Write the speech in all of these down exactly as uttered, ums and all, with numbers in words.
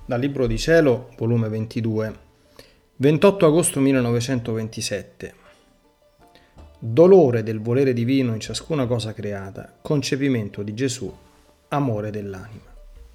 Dal Libro di Cielo, volume ventidue, ventotto agosto millenovecentoventisette. Dolore del volere divino in ciascuna cosa creata, concepimento di Gesù, amore dell'anima.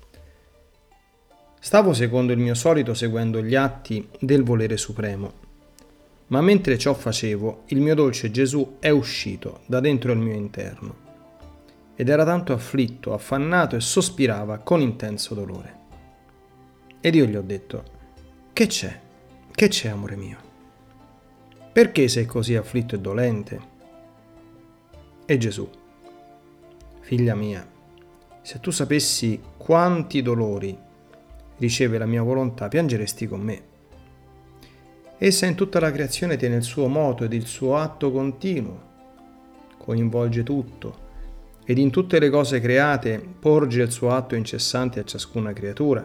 Stavo secondo il mio solito seguendo gli atti del volere supremo, ma mentre ciò facevo, il mio dolce Gesù è uscito da dentro il mio interno ed era tanto afflitto, affannato e sospirava con intenso dolore. Ed io gli ho detto: che c'è? Che c'è, amore mio? Perché sei così afflitto e dolente? E Gesù: figlia mia, se tu sapessi quanti dolori riceve la mia volontà, piangeresti con me. Essa in tutta la creazione tiene il suo moto ed il suo atto continuo, coinvolge tutto, ed in tutte le cose create porge il suo atto incessante a ciascuna creatura.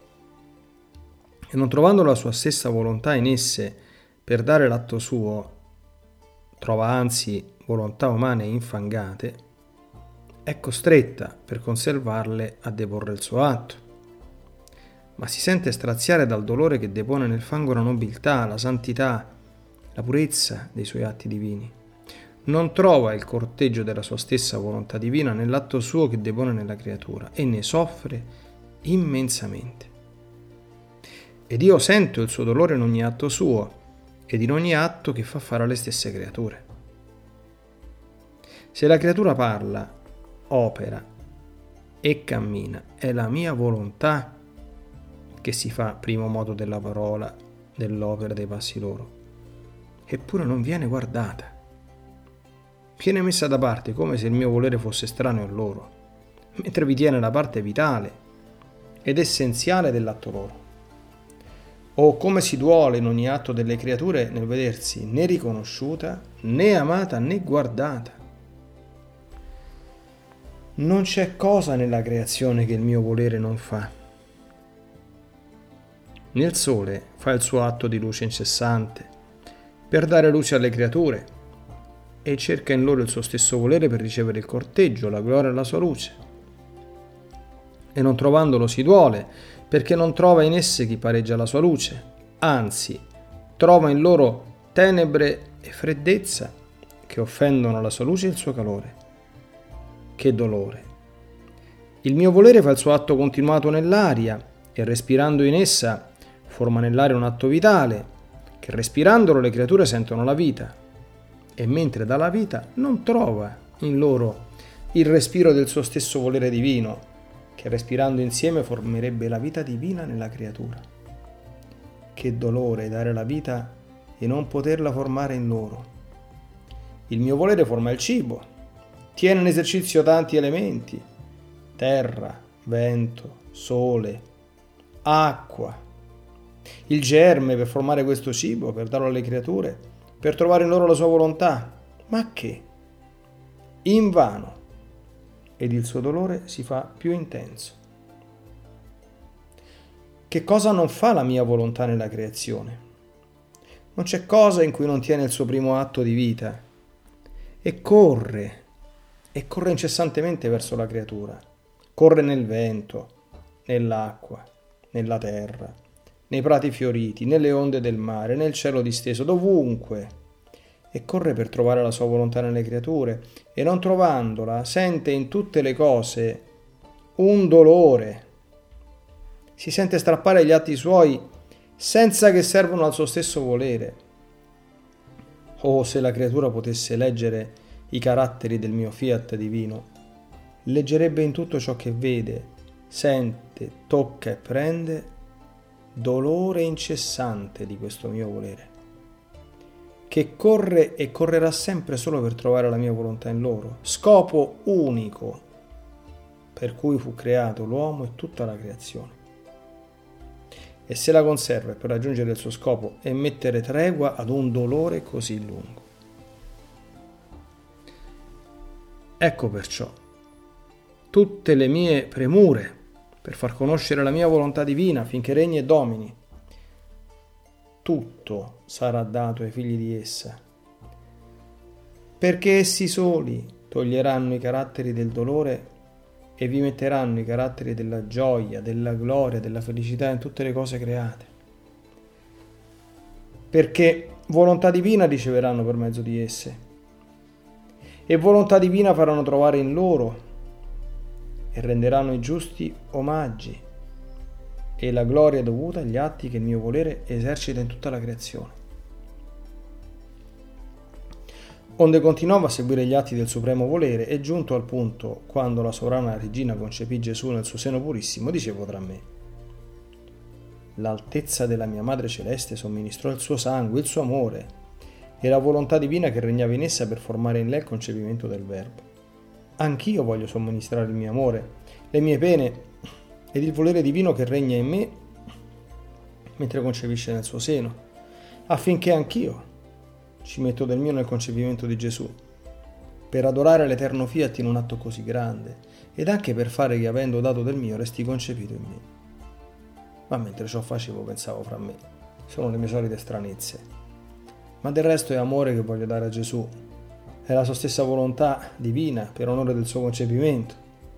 E non trovando la sua stessa volontà in esse per dare l'atto suo, trova anzi volontà umane infangate, è costretta per conservarle a deporre il suo atto. Ma si sente straziare dal dolore che depone nel fango la nobiltà, la santità, la purezza dei suoi atti divini. Non trova il corteggio della sua stessa volontà divina nell'atto suo che depone nella creatura e ne soffre immensamente. Ed io sento il suo dolore in ogni atto suo ed in ogni atto che fa fare alle stesse creature. Se la creatura parla, opera e cammina, è la mia volontà che si fa primo modo della parola, dell'opera, dei passi loro. Eppure non viene guardata. Viene messa da parte come se il mio volere fosse estraneo a loro, mentre vi tiene la parte vitale ed essenziale dell'atto loro. O come si duole in ogni atto delle creature nel vedersi né riconosciuta, né amata, né guardata. Non c'è cosa nella creazione che il mio volere non fa. Nel sole fa il suo atto di luce incessante per dare luce alle creature e cerca in loro il suo stesso volere per ricevere il corteggio, la gloria e la sua luce. E non trovandolo si duole, perché non trova in esse chi pareggia la sua luce, anzi, trova in loro tenebre e freddezza che offendono la sua luce e il suo calore. Che dolore! Il mio volere fa il suo atto continuato nell'aria e respirando in essa forma nell'aria un atto vitale, che respirandolo le creature sentono la vita. E mentre dà la vita non trova in loro il respiro del suo stesso volere divino, che respirando insieme formerebbe la vita divina nella creatura. Che dolore dare la vita e non poterla formare in loro. Il mio volere forma il cibo, tiene in esercizio tanti elementi: terra, vento, sole, acqua. Il germe per formare questo cibo, per darlo alle creature, per trovare in loro la sua volontà. Ma che? Invano. Ed il suo dolore si fa più intenso. Che cosa non fa la mia volontà nella creazione? Non c'è cosa in cui non tiene il suo primo atto di vita. E corre, e corre incessantemente verso la creatura. Corre nel vento, nell'acqua, nella terra, nei prati fioriti, nelle onde del mare, nel cielo disteso, dovunque, e corre per trovare la sua volontà nelle creature, e non trovandola sente in tutte le cose un dolore. Si sente strappare gli atti suoi senza che servano al suo stesso volere. Oh, se la creatura potesse leggere i caratteri del mio fiat divino, leggerebbe in tutto ciò che vede, sente, tocca e prende dolore incessante di questo mio volere, che corre e correrà sempre solo per trovare la mia volontà in loro, scopo unico per cui fu creato l'uomo e tutta la creazione. E se la conserva per raggiungere il suo scopo e mettere tregua ad un dolore così lungo. Ecco perciò tutte le mie premure per far conoscere la mia volontà divina finché regni e domini. Tutto sarà dato ai figli di essa, perché essi soli toglieranno i caratteri del dolore e vi metteranno i caratteri della gioia, della gloria, della felicità in tutte le cose create. Perché volontà divina riceveranno per mezzo di esse, e volontà divina faranno trovare in loro, e renderanno i giusti omaggi, e la gloria è dovuta agli atti che il mio volere esercita in tutta la creazione. Onde continuava a seguire gli atti del supremo volere, e giunto al punto quando la sovrana regina concepì Gesù nel suo seno purissimo, dicevo tra me: l'altezza della mia madre celeste somministrò il suo sangue, il suo amore e la volontà divina che regnava in essa per formare in lei il concepimento del Verbo. Anch'io voglio somministrare il mio amore, le mie pene ed il volere divino che regna in me mentre concepisce nel suo seno, affinché anch'io ci metto del mio nel concepimento di Gesù, per adorare l'eterno Fiat in un atto così grande, ed anche per fare che, avendo dato del mio, resti concepito in me. Ma mentre ciò facevo, pensavo fra me: sono le mie solite stranezze, ma del resto è amore che voglio dare a Gesù, è la sua stessa volontà divina per onore del suo concepimento.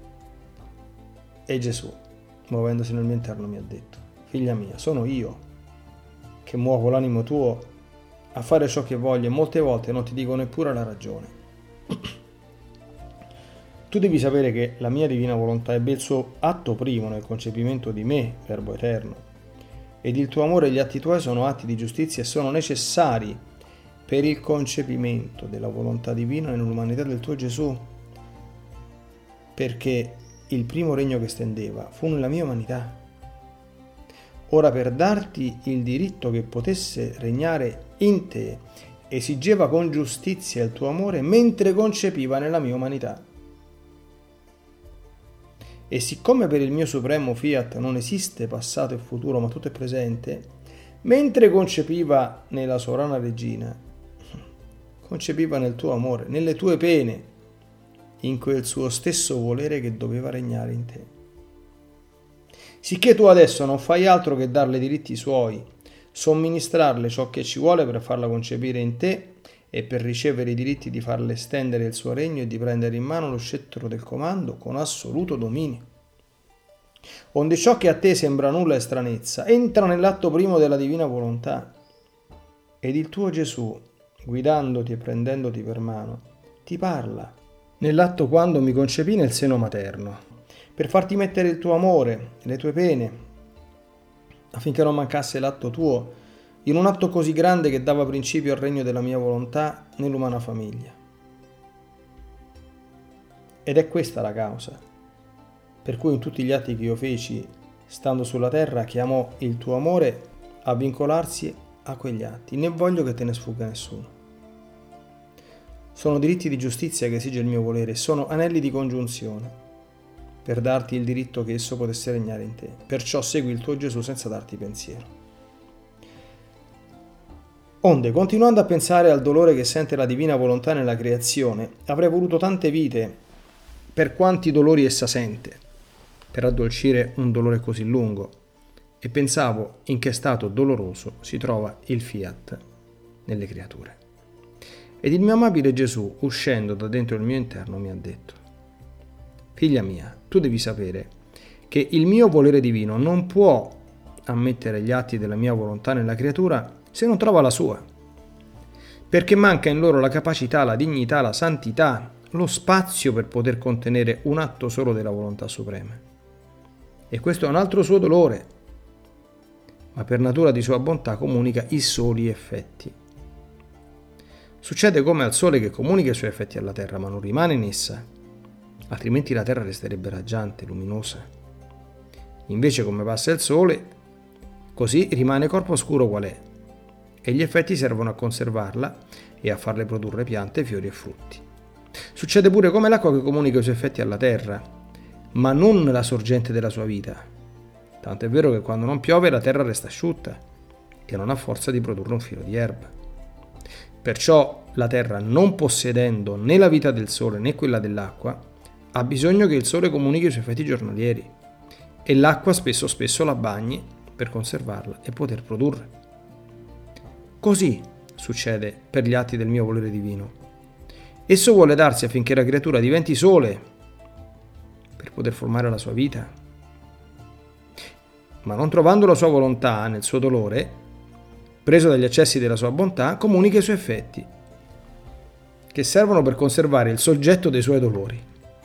E Gesù, muovendosi nel mio interno, mi ha detto: figlia mia, sono io che muovo l'animo tuo a fare ciò che voglio, e molte volte non ti dico neppure la ragione. Tu devi sapere che la mia divina volontà ebbe il suo atto primo nel concepimento di me, Verbo eterno, ed il tuo amore e gli atti tuoi sono atti di giustizia e sono necessari per il concepimento della volontà divina nell'umanità del tuo Gesù, perché il primo regno che stendeva fu nella mia umanità. Ora, per darti il diritto che potesse regnare in te, esigeva con giustizia il tuo amore mentre concepiva nella mia umanità. E siccome per il mio supremo Fiat non esiste passato e futuro, ma tutto è presente, mentre concepiva nella sovrana regina, concepiva nel tuo amore, nelle tue pene, in quel suo stesso volere che doveva regnare in te. Sicché tu adesso non fai altro che darle i diritti suoi, somministrarle ciò che ci vuole per farla concepire in te e per ricevere i diritti di farle estendere il suo regno e di prendere in mano lo scettro del comando con assoluto dominio. Onde ciò che a te sembra nulla e stranezza entra nell'atto primo della divina volontà, ed il tuo Gesù, guidandoti e prendendoti per mano, ti parla nell'atto quando mi concepì nel seno materno, per farti mettere il tuo amore e le tue pene, affinché non mancasse l'atto tuo, in un atto così grande che dava principio al regno della mia volontà nell'umana famiglia. Ed è questa la causa per cui in tutti gli atti che io feci, stando sulla terra, chiamò il tuo amore a vincolarsi a quegli atti, né voglio che te ne sfugga nessuno. Sono diritti di giustizia che esige il mio volere, sono anelli di congiunzione, per darti il diritto che esso potesse regnare in te. Perciò segui il tuo Gesù senza darti pensiero. Onde, continuando a pensare al dolore che sente la divina volontà nella creazione, avrei voluto tante vite per quanti dolori essa sente, per addolcire un dolore così lungo, e pensavo in che stato doloroso si trova il Fiat nelle creature. Ed il mio amabile Gesù, uscendo da dentro il mio interno, mi ha detto: figlia mia, tu devi sapere che il mio volere divino non può ammettere gli atti della mia volontà nella creatura se non trova la sua, perché manca in loro la capacità, la dignità, la santità, lo spazio per poter contenere un atto solo della volontà suprema. E questo è un altro suo dolore, ma per natura di sua bontà comunica i soli effetti. Succede come al sole che comunica i suoi effetti alla terra, ma non rimane in essa, altrimenti la terra resterebbe raggiante, luminosa. Invece, come passa il sole, così rimane corpo scuro qual è, e gli effetti servono a conservarla e a farle produrre piante, fiori e frutti. Succede pure come l'acqua che comunica i suoi effetti alla terra, ma non la sorgente della sua vita. Tanto è vero che quando non piove la terra resta asciutta e non ha forza di produrre un filo di erba. Perciò la terra, non possedendo né la vita del sole né quella dell'acqua, ha bisogno che il sole comunichi i suoi effetti giornalieri e l'acqua spesso spesso la bagni per conservarla e poter produrre. Così succede per gli atti del mio volere divino. Esso vuole darsi affinché la creatura diventi sole, per poter formare la sua vita. Ma non trovando la sua volontà nel suo dolore, preso dagli accessi della sua bontà, comunica i suoi effetti, che servono per conservare il soggetto dei suoi dolori.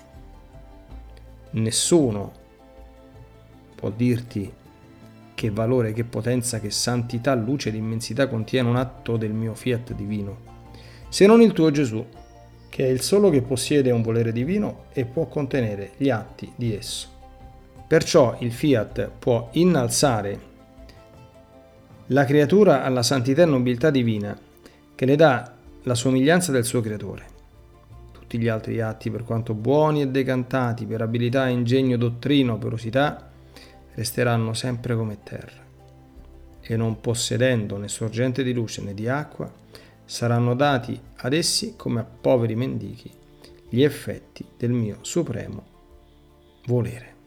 Nessuno può dirti che valore, che potenza, che santità, luce ed immensità contiene un atto del mio fiat divino, se non il tuo Gesù, che è il solo che possiede un volere divino e può contenere gli atti di esso. Perciò il fiat può innalzare la creatura alla santità e nobiltà divina, che le dà la somiglianza del suo creatore. Tutti gli altri atti, per quanto buoni e decantati, per abilità, ingegno, dottrina, operosità, resteranno sempre come terra, e non possedendo né sorgente di luce né di acqua, saranno dati ad essi come a poveri mendichi gli effetti del mio supremo volere.